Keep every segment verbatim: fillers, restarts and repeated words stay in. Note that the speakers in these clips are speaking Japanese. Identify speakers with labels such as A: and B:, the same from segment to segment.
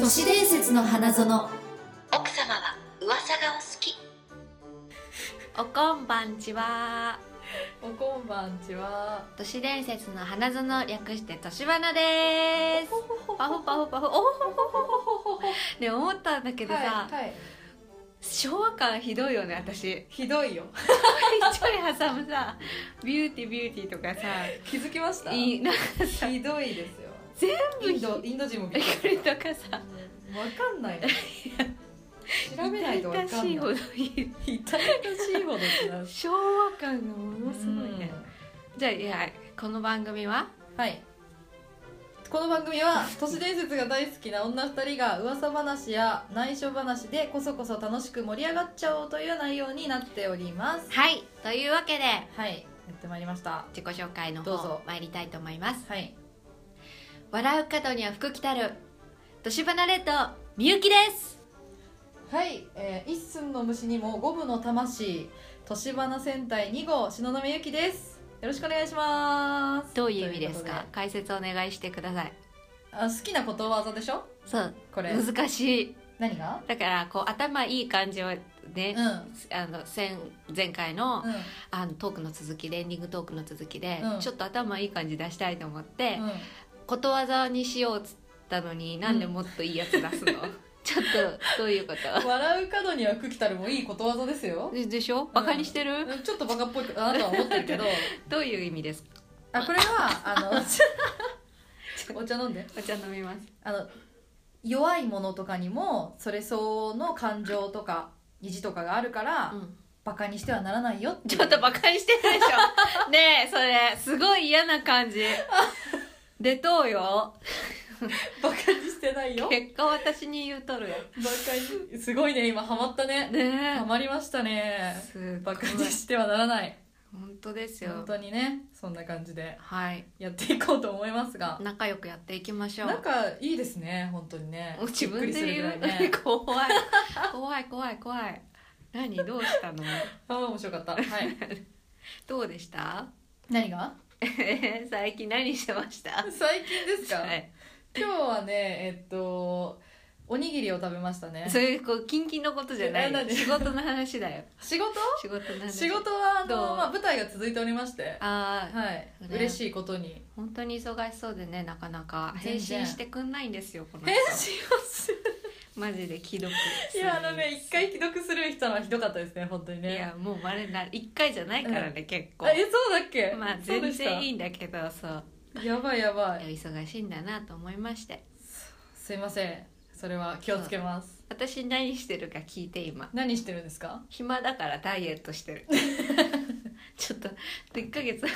A: 都市伝説の花園。
B: 奥様は噂がお好き。
C: おこんばんちは。
D: おこんばんちは。
C: 都市伝説の花園、略してとしばなです。パフパフパフ。おほほほほほ。ね、思ったんだけどさ、
D: はいはい、
C: 昭和感ひどいよね、私。
D: ひどいよ。
C: ちょい挟むさ、ビューティービューティーとかさ、
D: 気づきました？
C: いいなんかさ、
D: ひどいですよ。
C: 全部
D: インドインド人もびっくり
C: とかさ、
D: わかんないの。調べないとわかんない。
C: 痛々しいほどいい。
D: 痛々しいほどってな。
C: 昭和感がものすごいね。じゃあ、いや、この番組は、
D: はい、この番組は都市伝説が大好きな女ふたりが噂話や内緒話でこそこそ楽しく盛り上がっちゃおうという内容になっております。
C: はい、というわけで、
D: はい、やってまいりました。
C: 自己紹介の
D: どうぞ
C: 方参りたいと思います。
D: はい、
C: 笑う角には福来たる年離れとみゆきです。
D: はい、えー、一寸の虫にも五分の魂、年花戦隊に号篠宮ゆきです。よろしくお願いします。
C: どういう意味です
D: ということで
C: か？解説お願いしてください。
D: あ、好きなことわざでしょ
C: そう、
D: これ。
C: 難しい。
D: 何が？
C: だからこう頭いい感じをね、
D: うん、
C: あの前前回の、
D: うん、
C: あのトークの続きでエンディングトークの続きで、
D: うん、
C: ちょっと頭いい感じ出したいと思って、
D: うん、
C: ことわざにしようっつったのに、なんでもっといいやつ出すの？ちょっとどういうこと？
D: 笑う角には福来たるもいいことわざですよ。
C: でしょ？バカにしてる？
D: うん、ちょっとバカっぽいあなたは思ってるけど
C: どういう意味ですか？
D: あ、これはあのお茶飲んで。
C: お茶飲みます。
D: あの弱いものとかにもそれ相応の感情とか意地とかがあるから、うん、バカにしてはならないよって。
C: ちょっとバカにしてないでしょ。ねえ、それすごい嫌な感じでどうよ。
D: バカにしてないよ。
C: 結果私に言うとるよ。
D: バカに、すごいね、今ハマったね。
C: ねえ、ハ
D: マりましたね。バカにしてはならない。
C: 本当ですよ。
D: 本当にね、そんな感じでやっていこうと思いますが、
C: はい、仲良くやっていきましょう。
D: 仲いいですね、本当にね。
C: 自分で言う、ね、怖い怖い怖い怖い。何どうしたの？
D: ああ、面白かった。はい。
C: どうでした？
D: 何が？
C: 最近何してました？
D: 最近ですか？
C: はい、
D: 今日はね、えっとおにぎりを食べましたね。
C: そういうこうキンキンのことじゃない。仕事の話だよ。
D: 仕事？
C: 仕事の話。
D: 仕事はあの、まあ、舞台が続いておりまして、
C: あ、
D: はい、ね、嬉しいことに
C: 本当に忙しそうでね、なかなか返信してくんないんですよ、この人。
D: 返信をする
C: マジで既読。
D: いや、あのね、一回既読する人はひどかったですね、本当にね。
C: いや、もうまれな一回じゃないからね、うん、結構。
D: え、そうだっけ？
C: まあ全然いいんだけど、そう。
D: やばいやばい。
C: 忙しいんだなと思いまして。
D: す, すいません、それは気をつけます。
C: 私何してるか聞いて。今
D: 何してるんですか？
C: 暇だからダイエットしてる。ちょっといっかげつ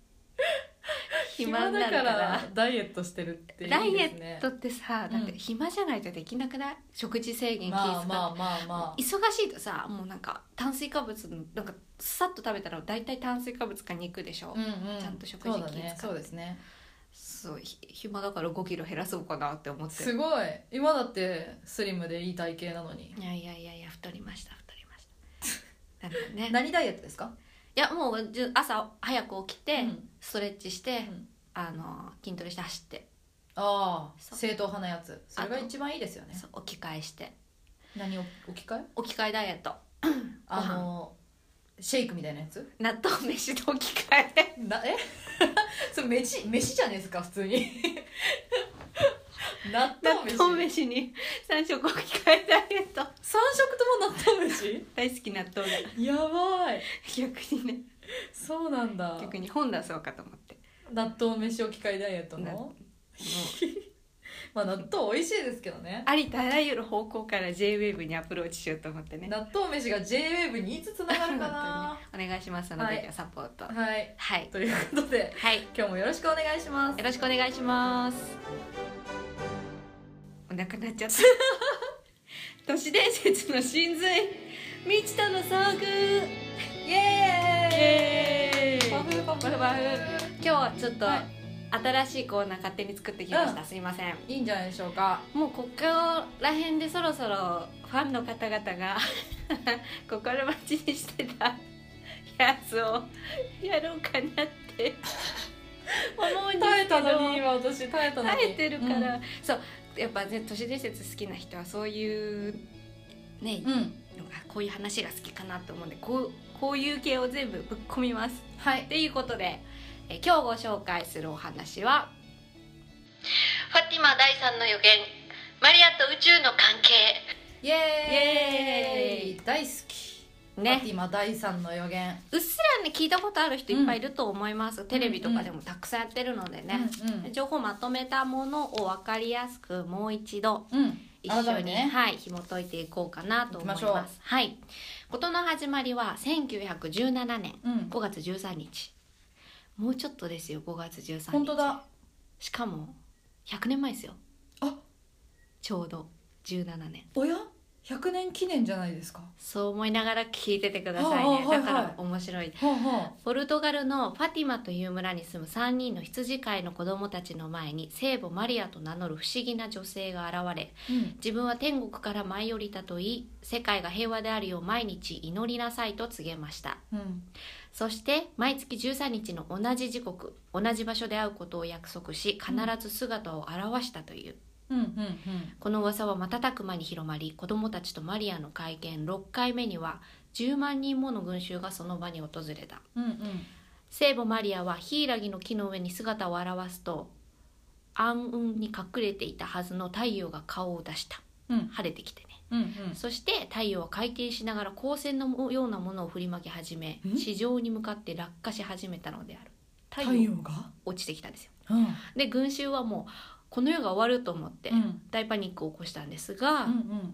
C: 暇になるから、
D: 暇だからダイエットしてるっていいですね。
C: ダイエットってさ、だって暇じゃないとできなくない？うん、食事制限気遣って、まあまあまあまあ、忙しいとさ、もうなんか炭水化物なんかさっと食べたら大体炭水化物か肉でしょ、うんうん、ちゃんと食事気遣って。そうだね、
D: そうですね。
C: そう、暇だからごキロ減らそうかなって思って。
D: すごい、今だってスリムでいい体型なのに。
C: いやいやいやいや、太りました太りましたなんか、ね、
D: 何ダイエットですか？
C: いや、もう朝早く起きて、うん、ストレッチして、うん、あの筋トレして走って。
D: ああ、正統派なやつ。それが一番いいですよね。
C: そう、置き換えして。
D: 何を置き換え？
C: 置き換えダイエット。
D: あのシェイクみたいなやつ？
C: 納豆飯と置き換え
D: なえそれ飯飯じゃねえですか普通に。納豆飯。
C: 納豆飯にさん食置き換えダイエット。
D: さん食とも納豆飯？
C: 大好き納豆が。
D: やばい。
C: 逆にね。
D: そうなんだ。
C: 逆に本出そうかと思って。
D: 納豆飯置き換えダイエットの。まあ納豆美味しいですけどね。
C: ありとあらゆる方向から ジェイウェーブ にアプローチしようと思ってね。
D: 納豆飯が ジェイウェーブ にいつつながるかな。
C: ね、お願いします。その時はサポート。
D: はい、
C: はい、
D: ということで、はい、今日もよろしくお願いします。
C: よろしくお願いします。お腹鳴っちゃった。都市伝説の真髄、未知との遭遇。イエーイ。パフパフパフ。今日はちょっと、はい、新しいコーナー勝手に作ってきました、うん、すいません。
D: いいんじゃないでしょうか。
C: もうここら辺でそろそろファンの方々が心待ちにしてたやつをやろうかなって思うんですけど、
D: 耐えたのに今私耐えたのに
C: 耐えてるから、うん、そうやっぱね都市伝説好きな人はそういうね、
D: うん、
C: のがこういう話が好きかなと思うんで、こうこういう系を全部ぶっ込みます。
D: はい
C: ということで、え今日ご紹介するお話は
B: ファティマ第三の予言、マリアと宇宙の関係。
D: イエーイ
C: イエーイ
D: 大好き
C: ね、
D: ファティマ第三の予言。
C: うっすらね聞いたことある人いっぱいいると思います、うん、テレビとかでもたくさんやってるのでね、
D: うんうん、
C: 情報まとめたものを分かりやすくもう一度
D: うん
C: 一緒に、
D: ね、
C: はい紐解いていこうかなと思います。はい、事の始まりはせんきゅうひゃくじゅうななねんごがつじゅうさんにち、もうちょっとですよ。ごがつじゅうさんにち、
D: 本当だ。
C: しかもひゃくねんまえですよ。
D: あ、
C: ちょうどじゅうななねん。
D: おやひゃくねん記念じゃないですか。
C: そう思いながら聞いててくださいね、
D: はあはあはいはい、
C: だから面白い、
D: はあはあ、
C: ポルトガルのファティマという村に住むさんにんの羊飼いの子供たちの前に聖母マリアと名乗る不思議な女性が現れ、
D: うん、
C: 自分は天国から舞い降りたと言い、世界が平和であるよう毎日祈りなさいと告げました、
D: うん、
C: そして毎月じゅうさんにちの同じ時刻同じ場所で会うことを約束し、必ず姿を現したという、
D: うんうんうん、
C: この噂は瞬く間に広まり、子供たちとマリアの会見ろっかいめにはじゅうまんにんもの群衆がその場に訪れた、
D: うんうん、
C: 聖母マリアはヒイラギの木の上に姿を現すと、暗雲に隠れていたはずの太陽が顔を出した、
D: うん、
C: 晴れてきてね、
D: うんうん、
C: そして太陽は回転しながら光線のようなものを振りまき始め、地上に向かって落下し始めたのである。
D: 太陽が
C: 落ちてきたんですよ、
D: うん、
C: で群衆はもうこの世が終わると思って大パニックを起こしたんですが、
D: うんうん、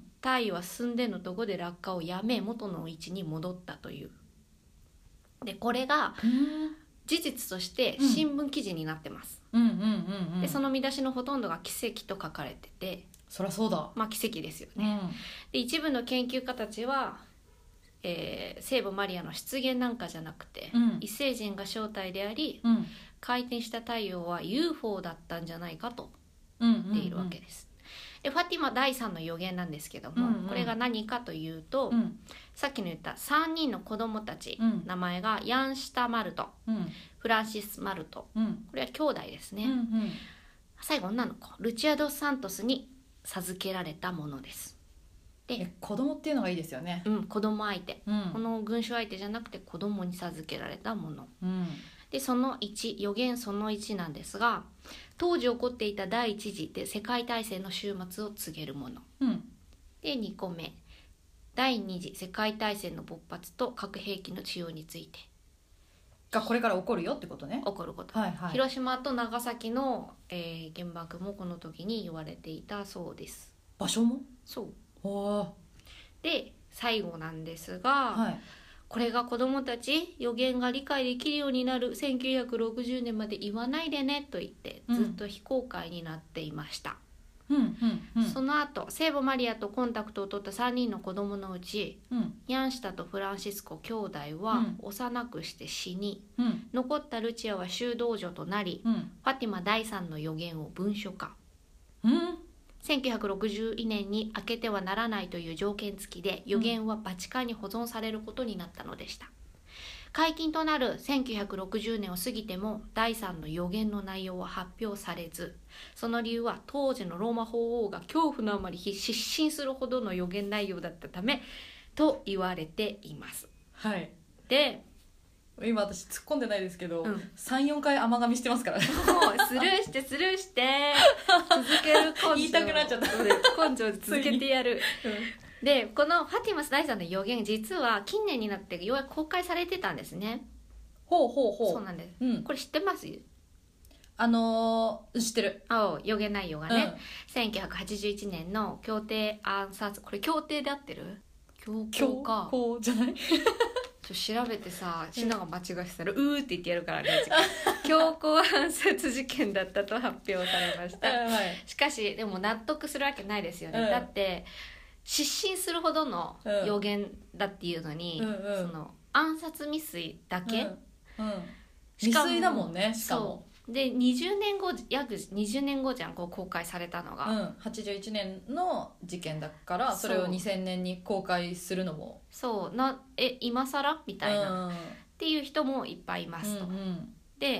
C: 太陽は寸前のところで落下をやめ元の位置に戻ったという。でこれが事実として新聞記事になってます、
D: うんうんうんうん、
C: でその見出しのほとんどが奇跡と書かれてて、
D: そりゃそうだ、
C: まあ奇跡ですよね、
D: うん、
C: で一部の研究家たちは、えー、聖母マリアの出現なんかじゃなくて、うん、異星人が正体であり、うん、回転した太陽は ユーフォー だったんじゃないかと言っているわけです、うんうんうん、でファティマ第三の予言なんですけども、うんうん、これが何かというと、うん、さっきの言ったさんにんの子供たち、うん、名前がヤンシタ・マルト、うん、フランシス・マルト、うん、これは兄弟ですね、うんうん、最後女の子ルチア・ドス・サントスに授けられたものです。
D: で子供っていうのがいいですよね、
C: うん、子供相手、うん、この群衆相手じゃなくて子供に授けられたもの、うん、でそのいち、予言そのいちなんですが、当時起こっていた第一次で世界大戦の終末を告げるもの、うん、でにこめ、第二次世界大戦の勃発と核兵器の使用について
D: がこれから起こるよってことね。
C: 起こること、
D: はいはい、
C: 広島と長崎の、えー、原爆もこの時に言われていたそうです。
D: 場所も
C: そう
D: お
C: で最後なんですが、はい、これが子どもたち予言が理解できるようになるせんきゅうひゃくろくじゅうねんまで言わないでねと言ってずっと非公開になっていました、うんうんうんうん、その後聖母マリアとコンタクトを取ったさんにんの子供のうち、うん、ヤンシタとフランシスコ兄弟は幼くして死に、うん、残ったルチアは修道女となり、うん、ファティマ第三の予言を文書化、うんせんきゅうひゃくろくじゅうねんに開けてはならないという条件付きで予言はバチカンに保存されることになったのでした、うん、解禁となるせんきゅうひゃくろくじゅうねんを過ぎても第三の予言の内容は発表されず、その理由は当時のローマ法王が恐怖のあまり失神するほどの予言内容だったためと言われています。
D: はい、
C: で
D: 今私突っ込んでないですけど、うん、さん、よんかい甘噛みしてますからね。
C: スルーしてスルーして続ける根性
D: 言いたくなっちゃった
C: 根性で続けてやる、うん、でこのファティマス第三の予言実は近年になってようやく公開されてたんですね。
D: ほうほうほう。
C: そうなんです、うん、これ知ってます？
D: あのー、知ってる。
C: あ予言内容がね、うん、せんきゅうひゃくはちじゅういちねんの協定暗殺、これ協定で合ってる？強行か
D: 強行じゃない
C: 調べてさ、シナが間違えてたら、うん、うーって言ってやるからね。強行暗殺事件だったと発表されました、はい、しかしでも納得するわけないですよね、うん、だって失神するほどの予言だっていうのに、うんうん、その暗殺未遂だけ、うんうん、
D: 未遂だもんね。しかも
C: でにじゅうねんご約にじゅうねんごじゃんこう公開されたのが、うん、
D: はちじゅういちねんの事件だからそれをにせんねんに公開するのも
C: そうなえ今更みたいな、うん、っていう人もいっぱいいますと、うんうん、で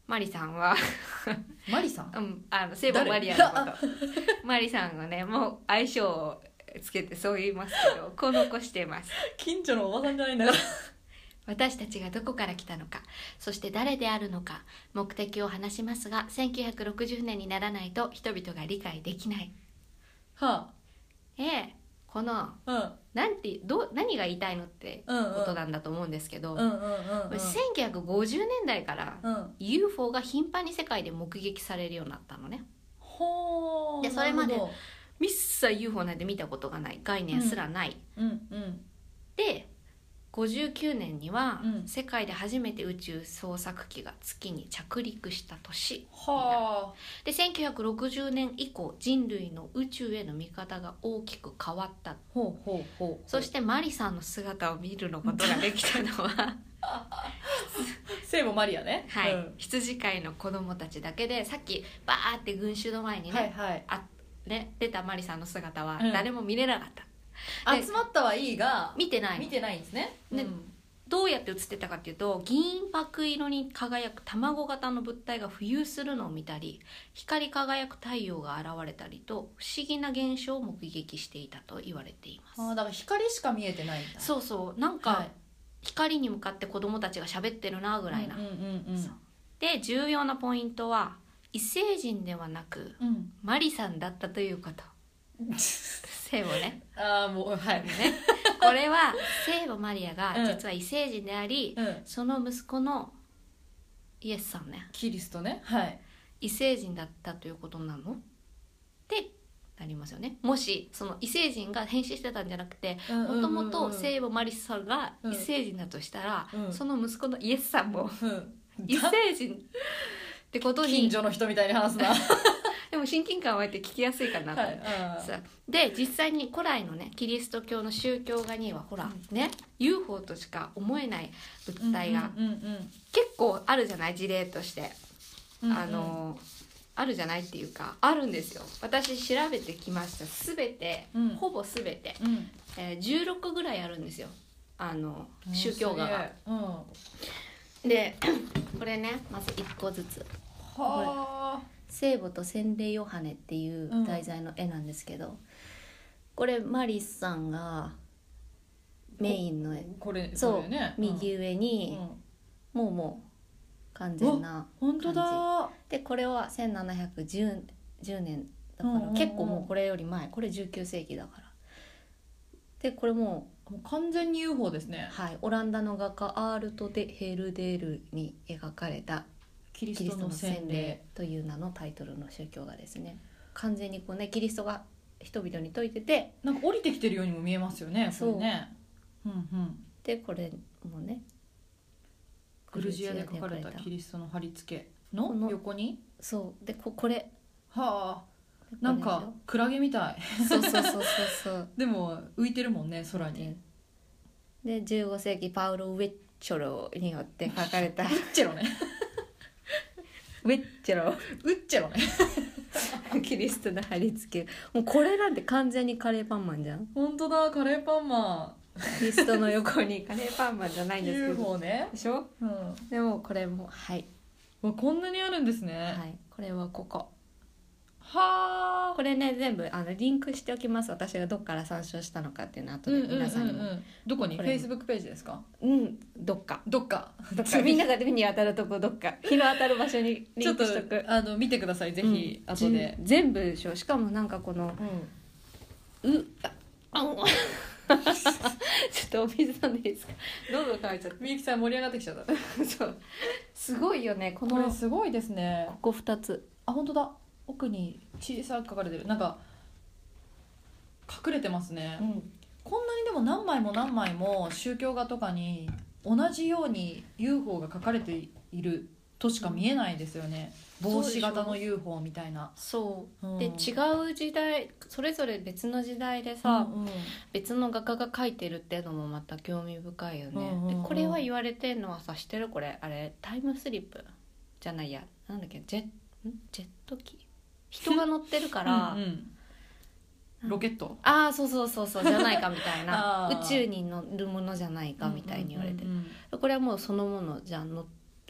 B: マリさんは
D: マリさん、
B: うん、あの聖母マリアのことマリさんがねもう相性をつけてそう言いますけどこう残しています。
D: 近所のおばさんじゃないんだから
B: 私たちがどこから来たのか、そして誰であるのか、目的を話しますが、せんきゅうひゃくろくじゅうねんにならないと人々が理解できない。
D: は
B: ええ、この
D: あ、うん
B: なんてどう何が言いたいのってことなんだと思うんですけど、
D: うんうんうんうん、
B: せんきゅうひゃくごじゅうねんだいから
D: うん、
B: ユーフォー が頻繁に世界で目撃されるようになったのね。
D: ほー、
B: でそれまで
D: なるほ
B: 一切 ユーフォー なんて見たことがない、概念すらない、
D: ど、うんうん
B: でごじゅうきゅうねんには、
D: うん
B: 世界で初めて宇宙捜索機が月に着陸した年
D: は
B: でせんきゅうひゃくろくじゅうねん以降人類の宇宙への見方が大きく変わった。
D: あ、ほうほうほう、
B: そしてマリさんの姿を見るのことができたのは
D: 聖母マリアね、
B: はい、
D: うん、
B: 羊飼いの子供たちだけで、さっきバーって群衆の前にね、
D: はいはい、
B: あね出たマリさんの姿は
D: うん
B: 誰も見れなかった、で
D: 集まったはいいが
B: 見てないの
D: 見てないんですね、
B: ね
D: うん
B: どうやって映ってたかっていうと、銀箔色に輝く卵型の物体が浮遊するのを見たり、光り輝く太陽が現れたりと不思議な現象を目撃していたと言われています。
D: あ、だから光しか見えてないんだ。
B: そうそう、なんか、
D: はい、
B: 光に向かって子供たちが喋ってるなぐらいな、
D: うんうんうん
B: そうで重要なポイントは異星人ではなく
D: うん
B: マリさんだったということ。聖母ね
D: ああ、もうはい
B: ねこれは聖母マリアが
D: うん
B: 実は異星人であり、
D: うん
B: その息子のイエスさんね
D: キリストね、はい
B: 異星人だったということなのってなりますよね。もしその異星人が変身してたんじゃなくて、もともと聖母マリさんが異星人だとしたら、
D: うん
B: その息子のイエスさんも
D: うん
B: 異星人ってことに
D: 近所の人みたいに話すな
B: でも親近感湧いて聞きやすいかなと、
D: はい、あ
B: さで実際に古来のねキリスト教の宗教画にはほら、ね ユーフォー としか思えない物体が
D: うんうんうん
B: 結構あるじゃない、事例として、
D: うんうん、
B: あのあるじゃないっていうかあるんですよ。私調べてきました。すべて、
D: うん
B: ほぼすべて、
D: うん
B: えー、じゅうろくぐらいあるんですよ、あの宗教画が。
D: うん、は
B: でこれねまずいっこずつ
D: あ、
B: 聖母と洗礼ヨハネっていう題材の絵なんですけど、これマリスさんがメインの絵、
D: これ
B: そう
D: これね、
B: 右上に、
D: うん、
B: もうもう完全な
D: 本当だ、
B: でこれはせんななひゃくじゅうねんだから、
D: うんうんうん
B: 結構もうこれより前、これじゅうきゅうせいきだから。でこれも
D: もう完全に ユーフォー ですね。
B: はい、オランダの画家アールト・デ・ヘルデールに描かれた
D: キリ
B: キリストの
D: ストの洗礼
B: 洗礼という名のタイトルの宗教画ですね。完全にこうねキリストが人々に説いてて、
D: なんか降りてきてるようにも見えますよね。
B: そう
D: これね、うんうん、
B: でこれもね
D: グルジアで描かれたキリストの貼り付けの
B: この
D: 横に、
B: そうで こ, これ
D: はあ、なんかクラゲみたい
B: そうそうそうそうそう
D: でも浮いてるもんね、空に。
B: でじゅうごせいきパウロ・ウェッチョロによって描かれた
D: ウッチェロね
B: ウェッチョロ
D: ウッチェロね
B: キリストの貼り付け、もうこれなんて完全にカレーパンマンじゃん。
D: 本当だ、カレーパンマ
B: キリストの横にカレーパンマンじゃないん
D: ン
B: ですけ
D: ユー
B: ど
D: フォー ね、
B: でしょ。
D: うん、
B: でもこれもはい
D: わ、こんなにあるんですね。
B: はいこれはここ
D: はあ、
B: これね全部あのリンクしておきます。私がどっから参照したのかっていうのは後で
D: うんうんうん
B: 皆さんにも、
D: うん、どこに
B: これ
D: Facebook ページですか？
B: うんどっか
D: どっか
B: どっかみんなが目に当たるとこどっか日の当たる場所にリ
D: ちょっと
B: ンクしとく。
D: あの見てください、ぜひ、
B: うん
D: 後で。
B: じ全部でしょ。しかもなんかこの
D: うん、
B: うああちょっとお水飲んでいいですか。喉が渇いちゃっ
D: みゆきさん盛り上がってきちゃった。
B: たそうすごいよねこ
D: これ
B: の
D: すごいですね。
B: ここふたつ。
D: あ、本当だ、奥に小さく書かれてる。なんか隠れてますね、
B: うん
D: こんなにでも何枚も何枚も宗教画とかに同じように ユーフォー が書かれているとしか見えないですよね、
B: うん
D: 帽子型の ユーフォー みたいな。
B: そう、
D: うん
B: で違う時代それぞれ別の時代でさ、
D: うんうん
B: 別の画家が描いてるっていうのもまた興味深いよね、
D: うんうんうん
B: でこれは言われてんのはさ知ってる？これあれタイムスリップじゃないやなんだっけジェんジェット機人が乗ってるから
D: うんうんロケット
B: ああそうそうそうそうじゃないかみたいな
D: あー
B: 宇宙に乗るものじゃないかみたいに言われてる、
D: うんうんうん
B: これはもうそのものじゃんの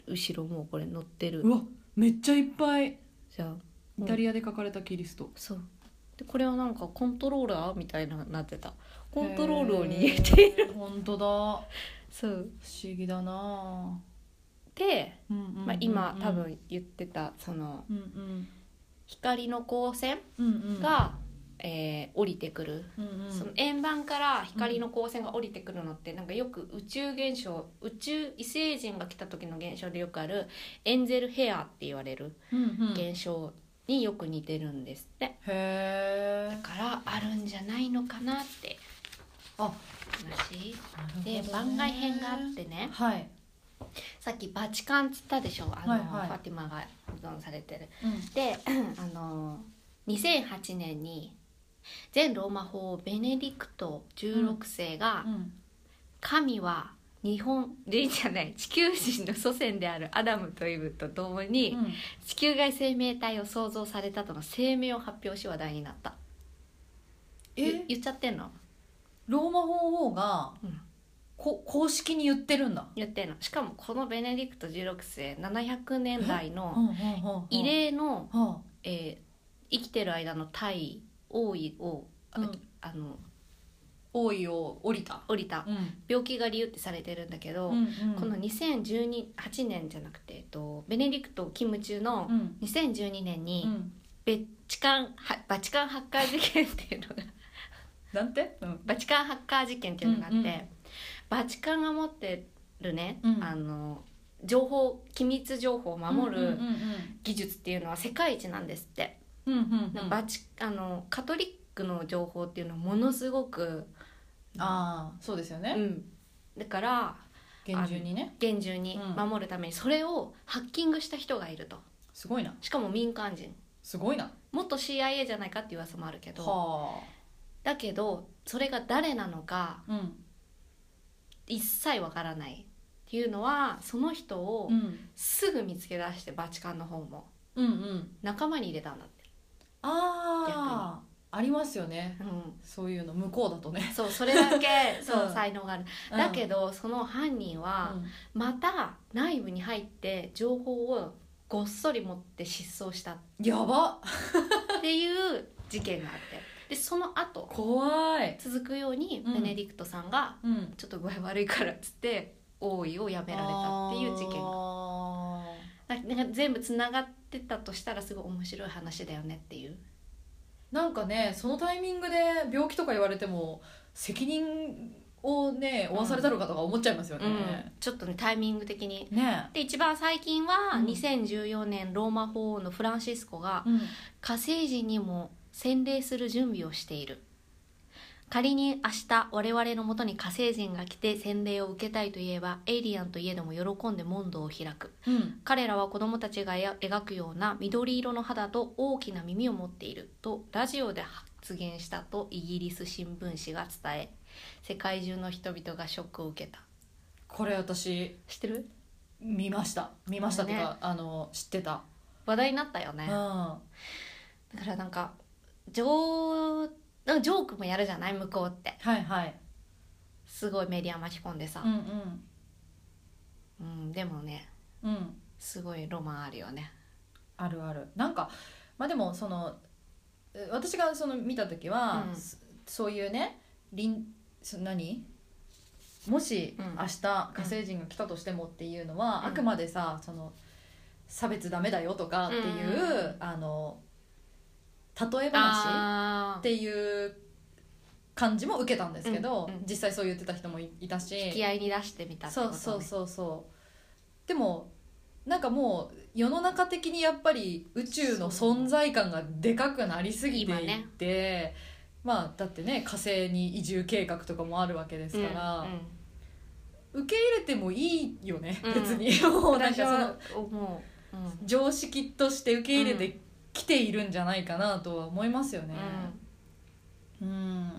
B: 後ろもうこれ載ってる。
D: うわめっちゃいっぱい。
B: じゃあ
D: イタリアで書かれたキリスト。
B: そうでこれはなんかコントローラーみたいななってた。コントロールを握っている。
D: 本当だ。
B: そう
D: 不思議だな。
B: で、
D: うんうんうんうん
B: まあ、今多分言ってたその
D: うんうん
B: 光の光線
D: うんうん
B: が、えー降りてくる、
D: うんうん
B: その円盤から光の光線が降りてくるのってなんかよく宇宙現象、宇宙異星人が来た時の現象でよくあるエンゼルヘアって言われる
D: うんうんへ
B: 現象によく似てるんですって。だ
D: え。
B: からあるんじゃないのかなって
D: あ
B: 話
D: なるほどね
B: で、番外編があってね、
D: はい。
B: さっきバチカンっつったでしょ、あの、
D: はいはい
B: ファティマが保存されてる。
D: うん
B: であのにせんはちねんに全ローマ法王ベネディクトじゅうろくせいが、
D: うん
B: 神は日本人じゃない地球人の祖先であるアダムとイブと共に、
D: うん
B: 地球外生命体を創造されたとの声明を発表し話題になった。
D: え
B: 言言っちゃってんの？
D: ローマ法王が、
B: うん
D: こ公式に言ってるんだ。
B: 言ってんの。しかもこのベネディクトじゅうろくせいななひゃくねんだいの
D: うんうんうんうん
B: 異例の、
D: は
B: えー生きてる間の体王位を、あ
D: うん
B: あの
D: 王位を降りた。
B: 降りた
D: うん
B: 病気が理由ってされてるんだけど、
D: うんうん
B: このにせんじゅうはちねんじゃなくて、えっと、ベネディクト勤務中の
D: うん
B: にせんじゅうにねんに、
D: うん
B: ベチカンはバチカンハッカー事件っていうのが
D: なんて？うん
B: バチカンハッカー事件っていうのがあって、
D: うんうん
B: バチカンが持ってるね、
D: うん
B: あの情報機密情報を守る
D: うんうん
B: 技術っていうのは世界一なんですって。
D: うんうんうんうん
B: バチあのカトリックの情報っていうのはものすごく、
D: ああそうですよね。
B: うん、だから
D: 厳重にね。
B: 厳重に守るためにそれをハッキングした人がいると。
D: すごいな。
B: しかも民間人、
D: すごいな。
B: 元 シーアイエー じゃないかっていう噂もあるけど、
D: は
B: だけどそれが誰なのか
D: あ。うん
B: 一切わからないっていうのは、その人を
D: うん
B: すぐ見つけ出してバチカンの方も
D: うんうん。
B: 仲間に入れたんだって。
D: ああありますよね。
B: うん
D: そういうの向こうだとね。
B: そうそれだけそう、
D: うん
B: 才能がある。
D: うん
B: だけどその犯人はまた内部に入って情報をごっそり持って失踪したっ
D: うんやば
B: ていう事件があって、でその後
D: 怖い。
B: 続くように
D: うん
B: ベネディクトさんが
D: うん
B: ちょっと具合悪いからっつって王位をやめられたっていう事件が、
D: あ
B: なんか全部つながってたとしたらすごい面白い話だよねっていう。
D: ーなんかねそのタイミングで病気とか言われても責任をね負わされたのかとか思っちゃいますよね。
B: うん、ちょっとねタイミング的に。
D: ね
B: で一番最近は
D: うん
B: にせんじゅうよねんローマ法王のフランシスコが
D: うん
B: 火星人にも洗礼する準備をしている。仮に明日我々のもとに火星人が来て洗礼を受けたいといえばエイリアンといえども喜んで問答を開く。
D: うん
B: 彼らは子供たちが描くような緑色の肌と大きな耳を持っているとラジオで発言したとイギリス新聞紙が伝え、世界中の人々がショックを受けた。
D: これ私
B: 知ってる？
D: 見ました見ましたっていう
B: こ
D: か、あの知ってた。
B: 話題になったよね。
D: うん
B: だからなんかジョーなんかジョークもやるじゃない向こうって。
D: はいはい。
B: すごいメディア巻き込んでさ
D: う、ん
B: うん、でもね
D: うんうん
B: すごいロマンあるよね。
D: あるある。なんかまあでもそのえ私がその見た時は、
B: うん
D: そそういうね臨そ何もし
B: うん
D: 明日火星人が来たとしてもっていうのは、
B: うん
D: あくまでさその差別ダメだよとかっていう、
B: うん
D: あの例え話
B: あ
D: っていう感じも受けたんですけど、
B: うんうん
D: 実際そう言ってた人もいいたし、
B: 引き合いに出してみたってことね。
D: そうそうそうそうでもなんかもう世の中的にやっぱり宇宙の存在感がでかくなりすぎていって、まあだってね火星に移住計画とかもあるわけですから、
B: うん
D: 受け入れてもいいよね、
B: うん
D: 別にもうなんかその
B: 私は思う、うん
D: 常識として受け入れてきているんじゃないかなとは思いますよね。うん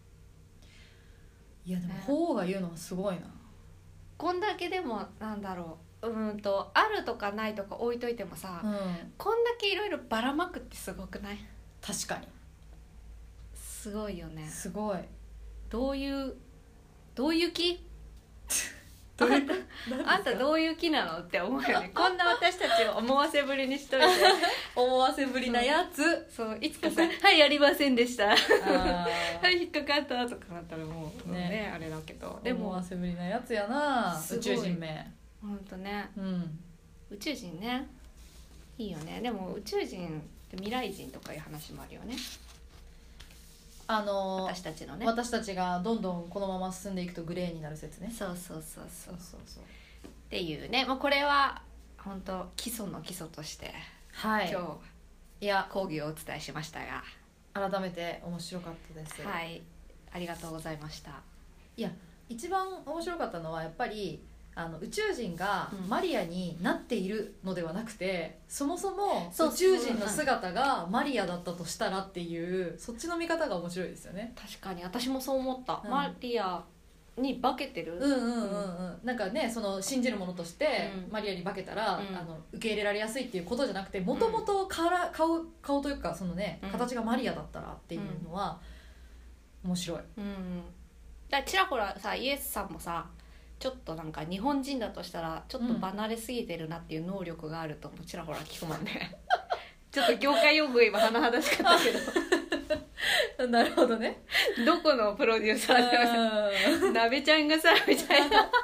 D: いやでも
B: ね
D: 法が言うのはすごいな。
B: こんだけでもなんだろう、うーんとあるとかないとか置いといてもさ、
D: うん
B: こんだけいろいろばらまくってすごくない？
D: 確かに
B: すごいよね。
D: すごい。
B: どういうどういう気？
C: あんたあんたどういう気なのって思うよね。こんな私たちを思わせぶりにしといて
D: 思わせぶりなやつ。
C: そういつかさ「はいやりませんでした」
D: あ
C: はい引っかかったとかなったらもうね
D: ね
C: あれだけど、
D: でも思わせぶりなやつやな、宇
C: すごい
D: 宙人名。
C: ほんとね
D: うん
C: 宇宙人ねいいよね。でも宇宙人って未来人とかいう話もあるよね、
D: あの
C: 私たちのね。
D: 私たちがどんどんこのまま進んでいくとグレーになる説ね。
C: そうそうそうそう
D: そうそう
C: っていうね、まあ、これは本当基礎の基礎として、
D: はい
C: 今
D: いや
C: 日講義をお伝えしましたが、
D: 改めて面白かったです。
C: はいありがとうございました。
D: いや一番面白かったのはやっぱりあの宇宙人が
C: うん
D: マリアになっているのではなくて、そもそも
C: そう
D: 宇宙人の姿がマリアだったとしたらっていうそっちの見方が面白いですよね。
C: 確かに私もそう思った、
D: うん
C: マリアに化けてる、
D: うんうんうんうんなんかねその信じるものとして
C: うん
D: マリアに化けたら、
C: うん
D: あの受け入れられやすいっていうことじゃなくて、もともと顔顔というかそのね、
C: うん
D: 形がマリアだったらっていうのは面白い。
C: うんだからちらほらさイエスさんもさちょっとなんか日本人だとしたらちょっと離れすぎてるなっていう能力があるともちらほら聞くもんねちょっと業界用語今甚だしかったけど
D: なるほどね。
C: どこのプロデューサーでなべちゃんがさみたいな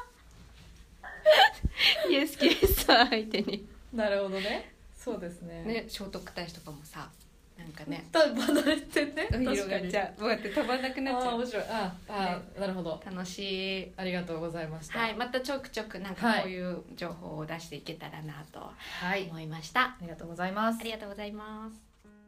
C: イエスキリスト相手に
D: なるほどね。そうですね。
C: ね聖徳太子とかもさなんかね
D: た離れてね。
C: 広がっちゃう。こうやって飛ばなくなっちゃう。
D: あー面白い。ああ、なるほど。
C: 楽しい。
D: ありがとうございました。
C: はい、またちょくちょくなんかこういう情報を出していけたらなと
D: はい、
C: 思いました。
D: ありがとうございます
C: あ。りがとうございます。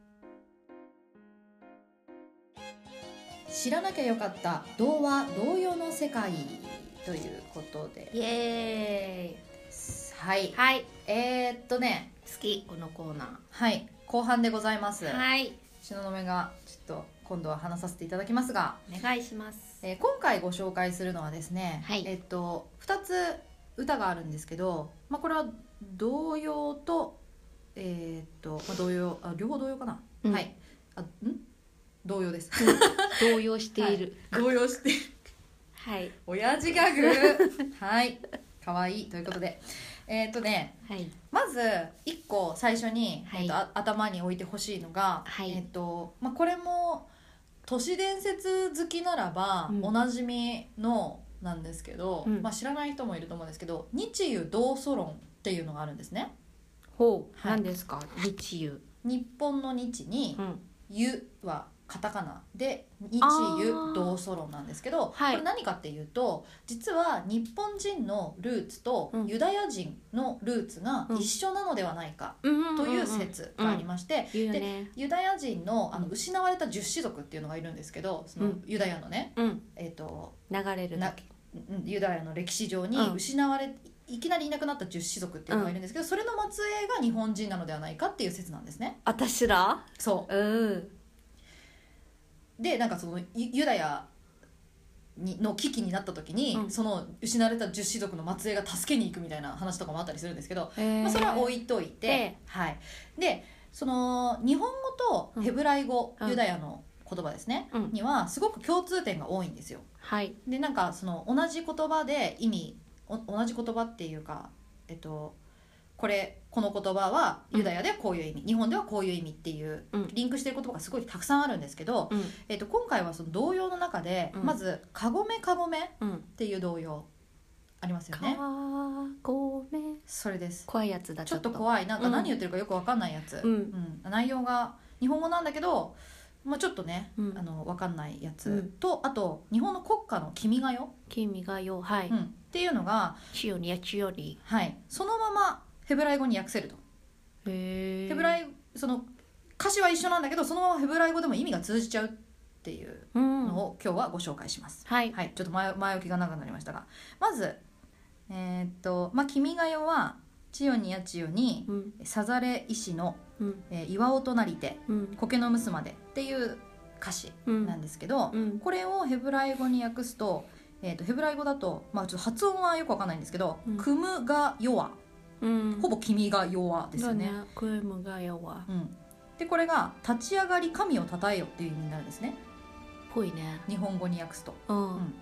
D: 知らなきゃよかった童話童謡の世界ということで、
C: イエ
D: はい
C: ーイ。、はい、
D: えー、っとね
C: 好きこのコーナ
D: はい後半でございます。
C: ー。はい、
D: 東雲がちょっと今度は話させていただきますが、
C: お願いします。
D: えー今回ご紹介するのはですね、
C: はい
D: えーっとふたつ歌があるんですけど、まあ、これは童謡とえー、っと、まあ、童謡あ両方童謡かな、
C: うん
D: はいあん童謡です
C: 動揺している。
D: 童謡して
C: はい、
D: 親父ギャグはいかわいいということでえーっとね
C: はい、
D: まずいっこ最初に、
C: はい
D: えー、とあ頭に置いてほしいのが、
C: はい
D: えーとまあ、これも都市伝説好きならば、
C: うん
D: おなじみのなんですけど、
C: うん
D: まあ、知らない人もいると思うんですけど日湯同祖論っていうのがあるんですね。
C: ほう、
D: はい
C: 何ですか。日湯。
D: 日本の日に
C: うん、
D: 湯はカタカナで日湯同祖論なんですけど、
C: はい
D: これ何かっていうと実は日本人のルーツと
C: うん
D: ユダヤ人のルーツが一緒なのではないか
C: うん
D: という説がありまして、
C: 言うよね。
D: ユダヤ人のあの失われた十種族っていうのがいるんですけど、その
C: うん
D: ユダヤのね、
C: うん、
D: えー、と
C: 流れる
D: な
C: 時。
D: うんユダヤの歴史上に
C: うん
D: 失われ、いきなりいなくなった十種族っていうのがいるんですけど、それの末裔が日本人なのではないかっていう説なんですね。
C: 私ら。
D: そ
C: うん。
D: うでなんかそのユユダヤにの危機になった時に、
C: うん
D: その失われた十種族の末裔が助けに行くみたいな話とかもあったりするんですけど、
C: えー
D: まあ、それは置いといて、
C: ええ
D: はい、でその日本語とヘブライ語、
C: うん
D: ユダヤの言葉ですね、
C: うん
D: にはすごく共通点が多いんですよ。
C: はい。
D: でなんかその同じ言葉で意味お同じ言葉っていうか、えっと、これこの言葉はユダヤではこういう意味、日本ではこういう意味っていう
C: うん
D: リンクしてる言葉がすごいたくさんあるんですけど、
C: うん、
D: えっと、今回はその童謡の中で、
C: うん
D: まず「かごめかごめ」っ
C: うん。
D: ていう童謡ありますよ
C: か
D: ね。
C: ごめ。
D: それです
C: 怖いやつだ。
D: ちょっと怖いなんか何言ってるかよく分かんないやつ、
C: うん
D: うん内容が日本語なんだけど、まあ、ちょっとね、
C: うん
D: あの分かんないやつ、
C: うん
D: とあと日本の国歌の「君が代」
C: 君がよ、はい。
D: うんっていうのが、
C: ちよりやちより。
D: はい、そのままヘブライ語に訳せると。
C: へえ。
D: ヘブライその歌詞は一緒なんだけどそのままヘブライ語でも意味が通じちゃうっていう
C: うん。
D: のを今日はご紹介します。
C: はい。
D: はい、ちょっと前前置きが長くなりましたが、まずえーっとまあ「君が代」は「千代にや千代に
C: うん。
D: さざれ石の、
C: うん。
D: えー岩尾となりて
C: うん。
D: 苔の結まで」っていう歌詞
C: うん。
D: なんですけど、
C: うん。
D: これをヘブライ語に訳すと、えーっとヘブライ語だと、まあ、ちょっと発音はよくわかんないんですけど
C: うん
D: 「くむが弱」
C: うん。
D: ほぼ「君が弱」ですよね。
C: だね。クエムがよは。
D: うん、でこれが「立ち上がり神をたたえよ」っていう意味になるんですね、
C: ぽいね。
D: 日本語に訳すと。
C: うん。
D: うん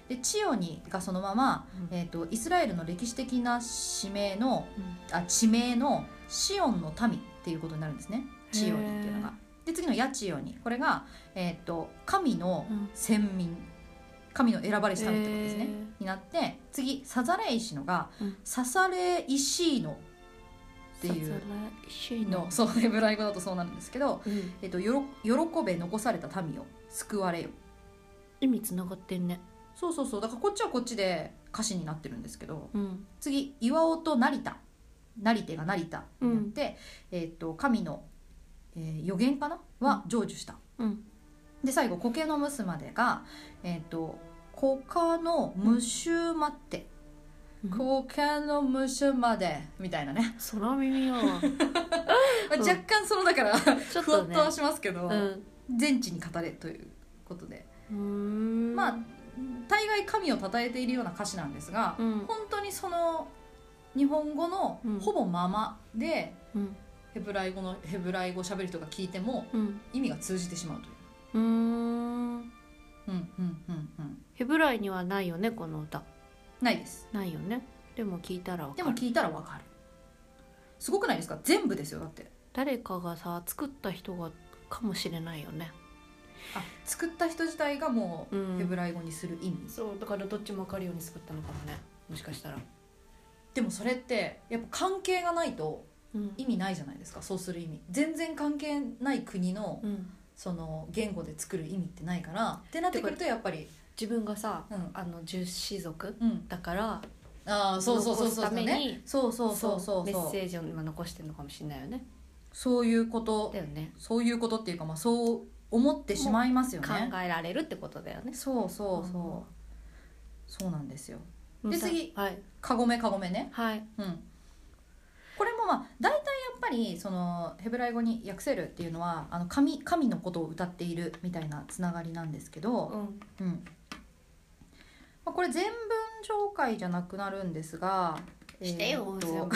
D: でチオニがそのまま、
B: うん
D: えー、とイスラエルの歴史的な地名のあ地名のシオンの民っていうことになるんですね。チオニっていうのが。で次のヤチオニ、これが、えー、と神の先民、神の選ばれし民ってことですね、
B: へー
D: になって、次サザレイシノが
B: うん
D: ササレイシーノっていう
B: サザラシーノ
D: の、そうヘブライ語だとそうなるんですけど、
B: うん
D: えー、とよろ喜べ残された民を救われよ。
B: 意味つながってんね。
D: そうそうそう、だからこっちはこっちで歌詞になってるんですけど、
B: うん
D: 次岩尾と成田、成手が成田になって、えー、と神の、えー予言かなは成就した、
B: うん
D: で最後苔のむすまでが、えー、とコカのむしゅまって、
B: うん
D: 苔のむしゅまでみたいなね、
B: 空耳よ。
D: まあ若干そのだから
B: ちょっとね
D: ふわっとはしますけど、
B: うん
D: 全地に語れということで、
B: うーん
D: まあ大概神を称えているような歌詞なんですが、
B: うん
D: 本当にその日本語の
B: うん
D: ほぼままで、
B: うん
D: ヘブライ語のヘブライ語喋る人が聞いても
B: うん
D: 意味が通じてしまうという。
B: うーん
D: うんうんうんうん。
B: ヘブライにはないよねこの歌。
D: ないです。
B: ないよね。でも聞いたらわかる。
D: でも聞いたらわかる。すごくないですか？全部ですよだって。
B: 誰かがさ作った人がかもしれないよね。
D: あ、作った人自体がもう
B: うん
D: ヘブライ語にする意味。
B: そうだからどっちもわかるように作ったのかもね。もしかしたら。
D: でもそれってやっぱ関係がないと
B: うん
D: 意味ないじゃないですか。そうする意味。全然関係ない国の
B: うん。
D: その言語で作る意味ってないからってなってくるとやっぱり、
B: 自分がさ、
D: うん
B: あの十子族
D: うん、
B: だから
D: ああそうそうそう
B: 残す
D: そうね
B: ために。
D: そうそうそうそう
B: メッ
D: そう
B: セージを今残してるのかもしれないよね。
D: そういうこと
B: だよね。
D: そういうことっていうかまあそう思ってしまいますよ
B: 考
D: ね。
B: えられるってことだよね。
D: そうそうそう、
B: うん
D: そうなんですよ。
B: で
D: 次
B: はい
D: カゴメカゴメね、
B: はい。
D: うん、これもまあ大体やっぱりそのヘブライ語に訳せるっていうのはあの神神のことを歌っているみたいなつながりなんですけど、
B: うん
D: うんまあ、これ全文紹介じゃなくなるんですが
B: してよ
D: えーっと
B: 全部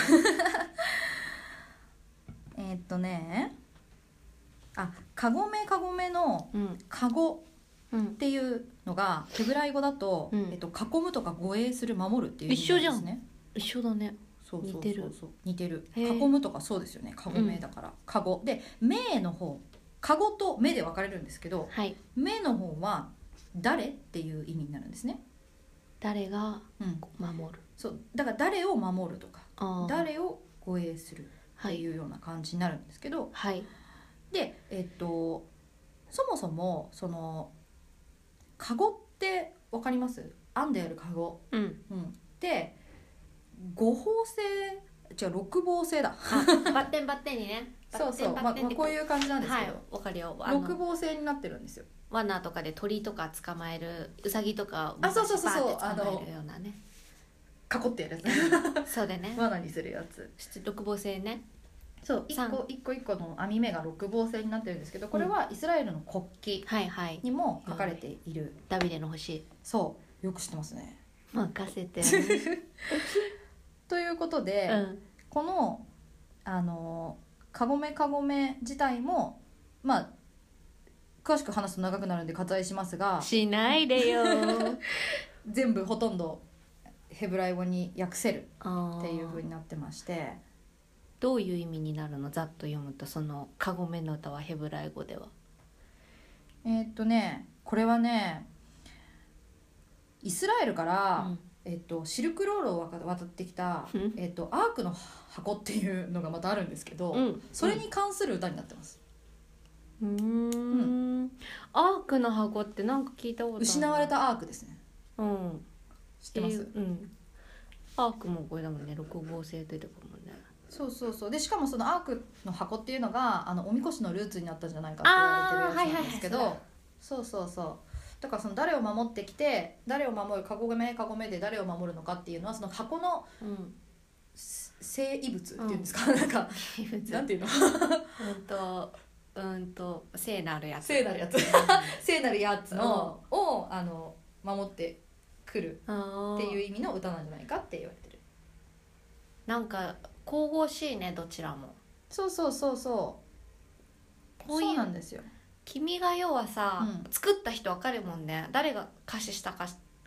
D: えーっとねあカゴメカゴメの
B: うん
D: カゴ
B: うん
D: っていうのがヘブライ語だと、
B: うん
D: えっと、囲むとか護衛する守るっていう意味なんですね。
B: 一緒だね。
D: そうそうそうそう
B: 似てる
D: 似てる
B: へー
D: 囲むとかそうですよねカゴメだから、カゴで目の方カゴと目で分かれるんですけど
B: はい。
D: 目の方は誰っていう意味になるんですね、
B: 誰が
D: うん、
B: 守る。
D: そうだから誰を守るとか
B: あー
D: 誰を護衛するっ
B: はい
D: ていうような感じになるんですけど、
B: はい。
D: でえっとそもそもそのカゴって分かります編んであるカゴ、
B: うん。
D: うん、で五方星違う六芒星だ
B: あバッテンバッテンにね。
D: そうそう、まあ、まあこういう感じなんです
B: はい
D: けど、
B: わかるよ。あの
D: 六芒星になってるんですよ。
B: 罠とかで鳥とか捕まえるウサギとか
D: あそうそうそうそう
B: バーって捕まえるようなね。
D: 囲ってやるやつ
B: そうでね。
D: 罠にするやつ。
B: 六芒星ね。
D: そう一
B: 三
D: 個一個一個の編み目が六芒星になってるんですけど、これはイスラエルの国旗
B: はいはい。
D: にも書かれている。
B: ダビデの星。
D: そうよく知ってますね。
B: 任せて。
D: ということで、
B: うん。
D: このあのカゴメカゴメ自体もまあ詳しく話すと長くなるんで割愛しますが、
B: しないでよ。
D: 全部ほとんどヘブライ語に訳せる
B: っ
D: っていう風になってまして、
B: どういう意味になるの？ざっと読むとそのカゴメの歌はヘブライ語では。
D: えーっとねこれはねイスラエルから、
B: うん
D: えっと、シルクロールを渡ってきた、
B: うん
D: えっと、アークの箱っていうのがまたあるんですけど、
B: うん
D: それに関する歌になってます。
B: うーん。アークの箱ってなんか聞いたことある。
D: 失われ。たアークですね。
B: うん。
D: 知ってます？
B: うん。アークもこれだもんね。六芒星出てくるもんね。
D: そうそうそう。でしかもそのアークの箱っていうのがあのおみこしのルーツになったんじゃないかって言われてるやつなんですけど、
B: あーはいはいはい
D: そうそうそうだからその誰を守ってきて誰を守るカゴメカゴメで誰を守るのかっていうのはその箱の
B: うん。
D: 生異物っていうんですか、なんかなんていうの
B: うんとうんと聖なるやつ。
D: 聖なるやつ聖なるやつの、をあの守ってくる
B: あー
D: っていう意味の歌なんじゃないかって言われてる。
B: なんか神々しいねどちらも。
D: そうそうそうそう
B: こういう
D: そうなんですよ。
B: 君が代はさ、
D: うん
B: 作った人わかるもんね。誰が歌詞したか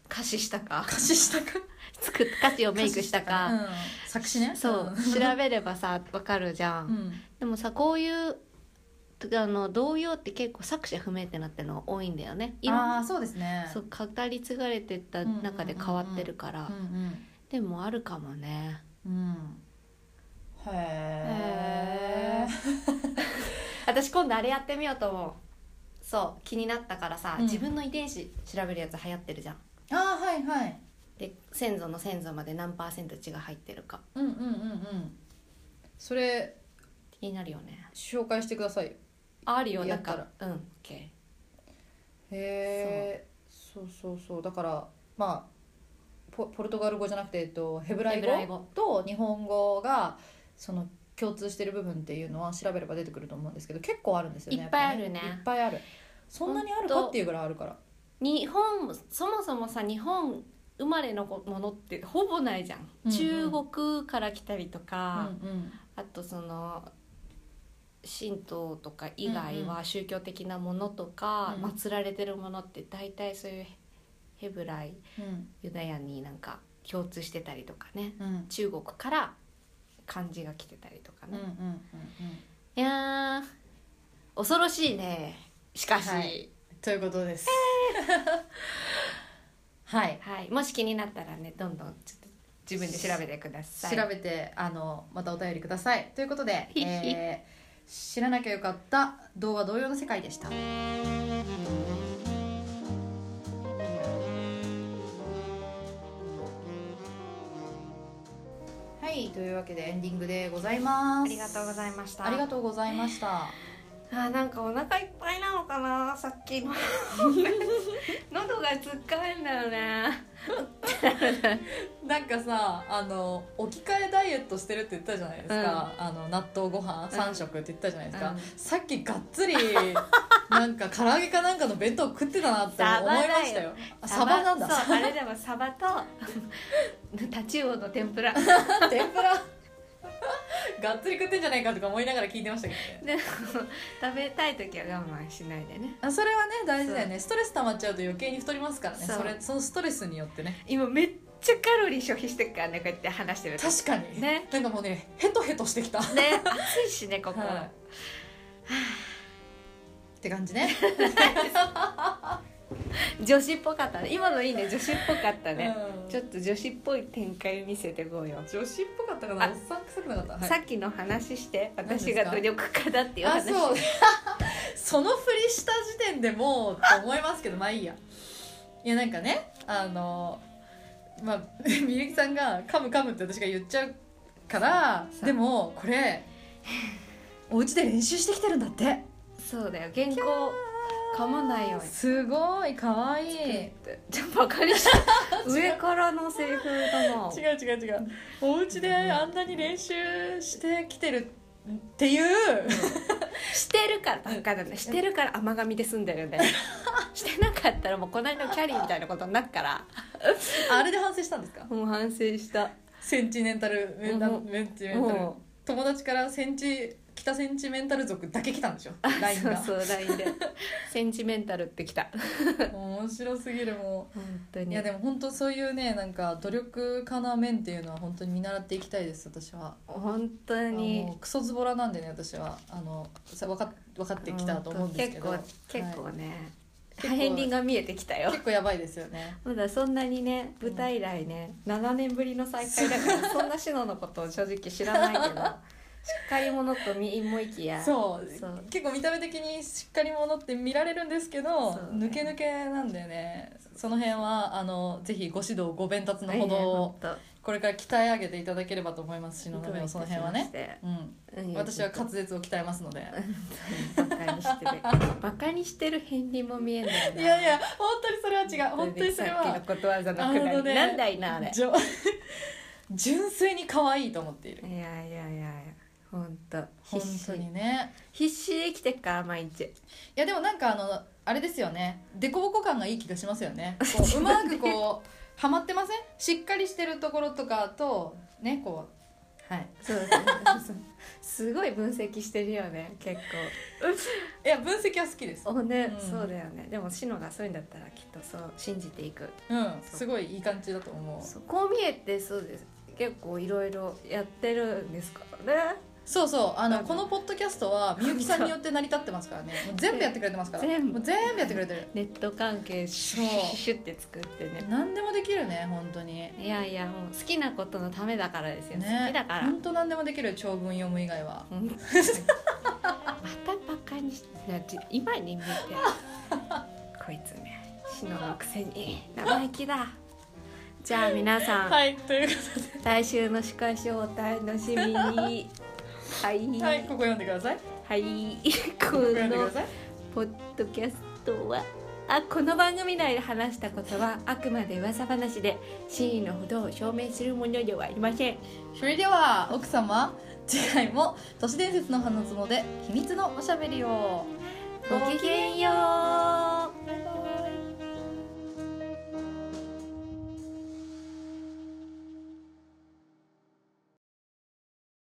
B: 歌詞したか
D: 歌詞したか
B: 作っ歌詞をメイクしたか、
D: うん、作詞ね
B: そう、
D: うん、
B: 調べればさ分かるじゃん、
D: うん、
B: でもさこういうあの童謡って結構作者不明ってなってるのが多いんだよね。
D: ああそうですね。
B: そう語り継がれてった中で変わってるから、
D: うんうん、
B: でもあるかもね、
D: うん、へえ
B: 私今度あれやってみようと思う。そう気になったからさ、
D: うん、
B: 自分の遺伝子調べるやつ流行ってるじゃん。
D: ああはいはい。
B: で先祖の先祖まで何パーセント血が入ってるか、
D: うんうんうんうん、それ
B: 気になるよね。
D: 紹介してください。
B: あるよ、
D: やったら
B: なんかうん OK。
D: へえ、そうそうそう、だからまあ ポ, ポルトガル語じゃなくて、えっと、ヘブライ語と日本語がその共通してる部分っていうのは調べれば出てくると思うんですけど、結構あるんですよね。
B: いっぱいあるね、
D: いっぱいある。そんなにあるかっていうぐらいあるから。
B: 日本そもそもさ、日本生まれのものってほぼないじゃん、うんうん、中国から来たりとか、うんうん、あとその神道とか以外は宗教的なものとか、うんうん、祀られてるものって大体そういうヘブライ、うん、ユダヤになんか共通してたりとかね、うん、中国から漢字が来てたりとかね、うんうんうんうん、いや恐ろしいね。しかし、はい、
D: ということです、えーはい、
B: はい、もし気になったらねどんどんちょっと自分で調べてください。
D: 調べてあのまたお便りくださいということで、えー、知らなきゃよかった童話童謡の世界でした。はい、というわけでエンディングでございます。
B: ありがとうございました。
D: ありがとうございました。
B: あ、なんかお腹いっぱいなのかな、さっきの喉がつっかえんだよね
D: なんかさ、あの置き換えダイエットしてるって言ったじゃないですか、うん、あの納豆ご飯さん食って言ったじゃないですか、うん、さっきがっつりなんか唐揚げかなんかの弁当食ってたなって思いましたよ。サバなんだ。
B: そう、あれでもサバとタチウオの天ぷら
D: 天ぷらがっつり食ってんじゃないかとか思いながら聞いてましたけどね。
B: でも食べたい時は我慢しないでね。
D: あ、それはね大事だよね。ストレス溜まっちゃうと余計に太りますからね。 そ, それそのストレスによってね。
B: 今めっちゃカロリー消費してるからね、こうやって話してると。
D: 確かに
B: ね、
D: なんかもうねヘトヘトしてきた
B: ね、暑いしねここ、はい、は
D: って感じね
B: 女子っぽかったね。今のいいね、女子っぽかったね、
D: うん、
B: ちょっと女子っぽい展開見せてこうよ。
D: 女子っぽかったかな、おっさん臭くなかった、はい、
B: さっきの話して、私が努力家だっていう話。
D: あ、そうそのふりした時点でもうと思いますけどまあいいや。いやなんかね、あのまあみゆきさんが噛む噛むって私が言っちゃうから、でもこれお家で練習してきてるんだって。
B: そうだよ、原稿噛まないように。
D: すごいかわいい。
B: じゃあバカにした上からのセリフだな。
D: 違う違う違う、お家であんなに練習してきてるっていう、うん、
B: してるからバカだね。してるから甘噛みで済んでるんだよしてなかったらもうこの間のキャリーみたいなことになるから
D: あれで反省したんですか？
B: もう反省した。セ
D: ンチネンタルメンタルメンチメンタル、友達からセンチ北センチメンタル族だけ来たんでしょ ライン が。
B: そうそう ライン でセンチメンタルって来た
D: 面白すぎる。もう
B: 本当に。
D: いやでも本当そういうね、なんか努力家な面っていうのは本当に見習っていきたいです。私は
B: 本当に
D: クソズボラなんでね、私はあの分か、分かってきたと思うんですけど、
B: 結構結構ね、はい、片鱗が見えてきたよ。
D: 結構やばいですよね。
B: まだそんなにね舞台以来ね、うん、ななねんぶりの再会だからそんなシノのことを正直知らないけどしっかり者と見もいきや。
D: そうそう結構見た目的にしっかり者って見られるんですけど、ね、抜け抜けなんだよね。その辺はあのぜひご指導ご鞭達のほどをこれから鍛え上げていただければと思いますし、ののめをその辺はね、うん、私は滑舌を鍛えますので
B: バカにしてるバカにしてる片鱗も見えないな。
D: いやいや本当にそれは違う。本当にそれは
B: さっきのことわざのくだり、ね、なんだいなあれ
D: 純粋に可愛いと思っている。
B: いやいやいやいや本当
D: 本当にね、
B: 必死で生きてっから毎日。い
D: やでもなんかあのあれですよね、デコボコ感がいい気がしますよね。こううまくこうはまってません？しっかりしてるところとかとね、こうはい
C: そうそうそうすごい分析してるよね結
D: いや分析は好きです
C: 構おね、
D: うん
C: そうだよね。でもシノがそういうんだったらきっとそう信じていく。
D: うんすごいいい感じだと思う
C: そうこう見えてそうです結構いろいろやってるんですからね。
D: そうそうあの
C: 多分
D: このポッドキャストはみゆきさんによって成り立ってますからねもう全部やってくれてますから
C: 全部
D: もう全部やってくれてる
C: ネット関係シュッシュッって作ってね。
D: 何でもできるね本当に
C: いやいやもう好きなことのためだからですよ、
D: ね
C: 好きだから。
D: 本当何でもできる長文読む以外は
C: うんまたバカにして今に見てこいつねシノのくせに生意気だ。じゃあ皆さん、
D: はいということで
C: 来週の司会をお楽しみに。はい
D: はいここ読んでください
C: はい、こ
D: ここ読んでく
C: の
D: ださい
C: ポッドキャストはあこの番組内で話したことはあくまで噂話で真意のほどを証明するものではありません。
D: それでは奥様次回も都市伝説の花園で秘密のおしゃべりを
C: ごきげんよう。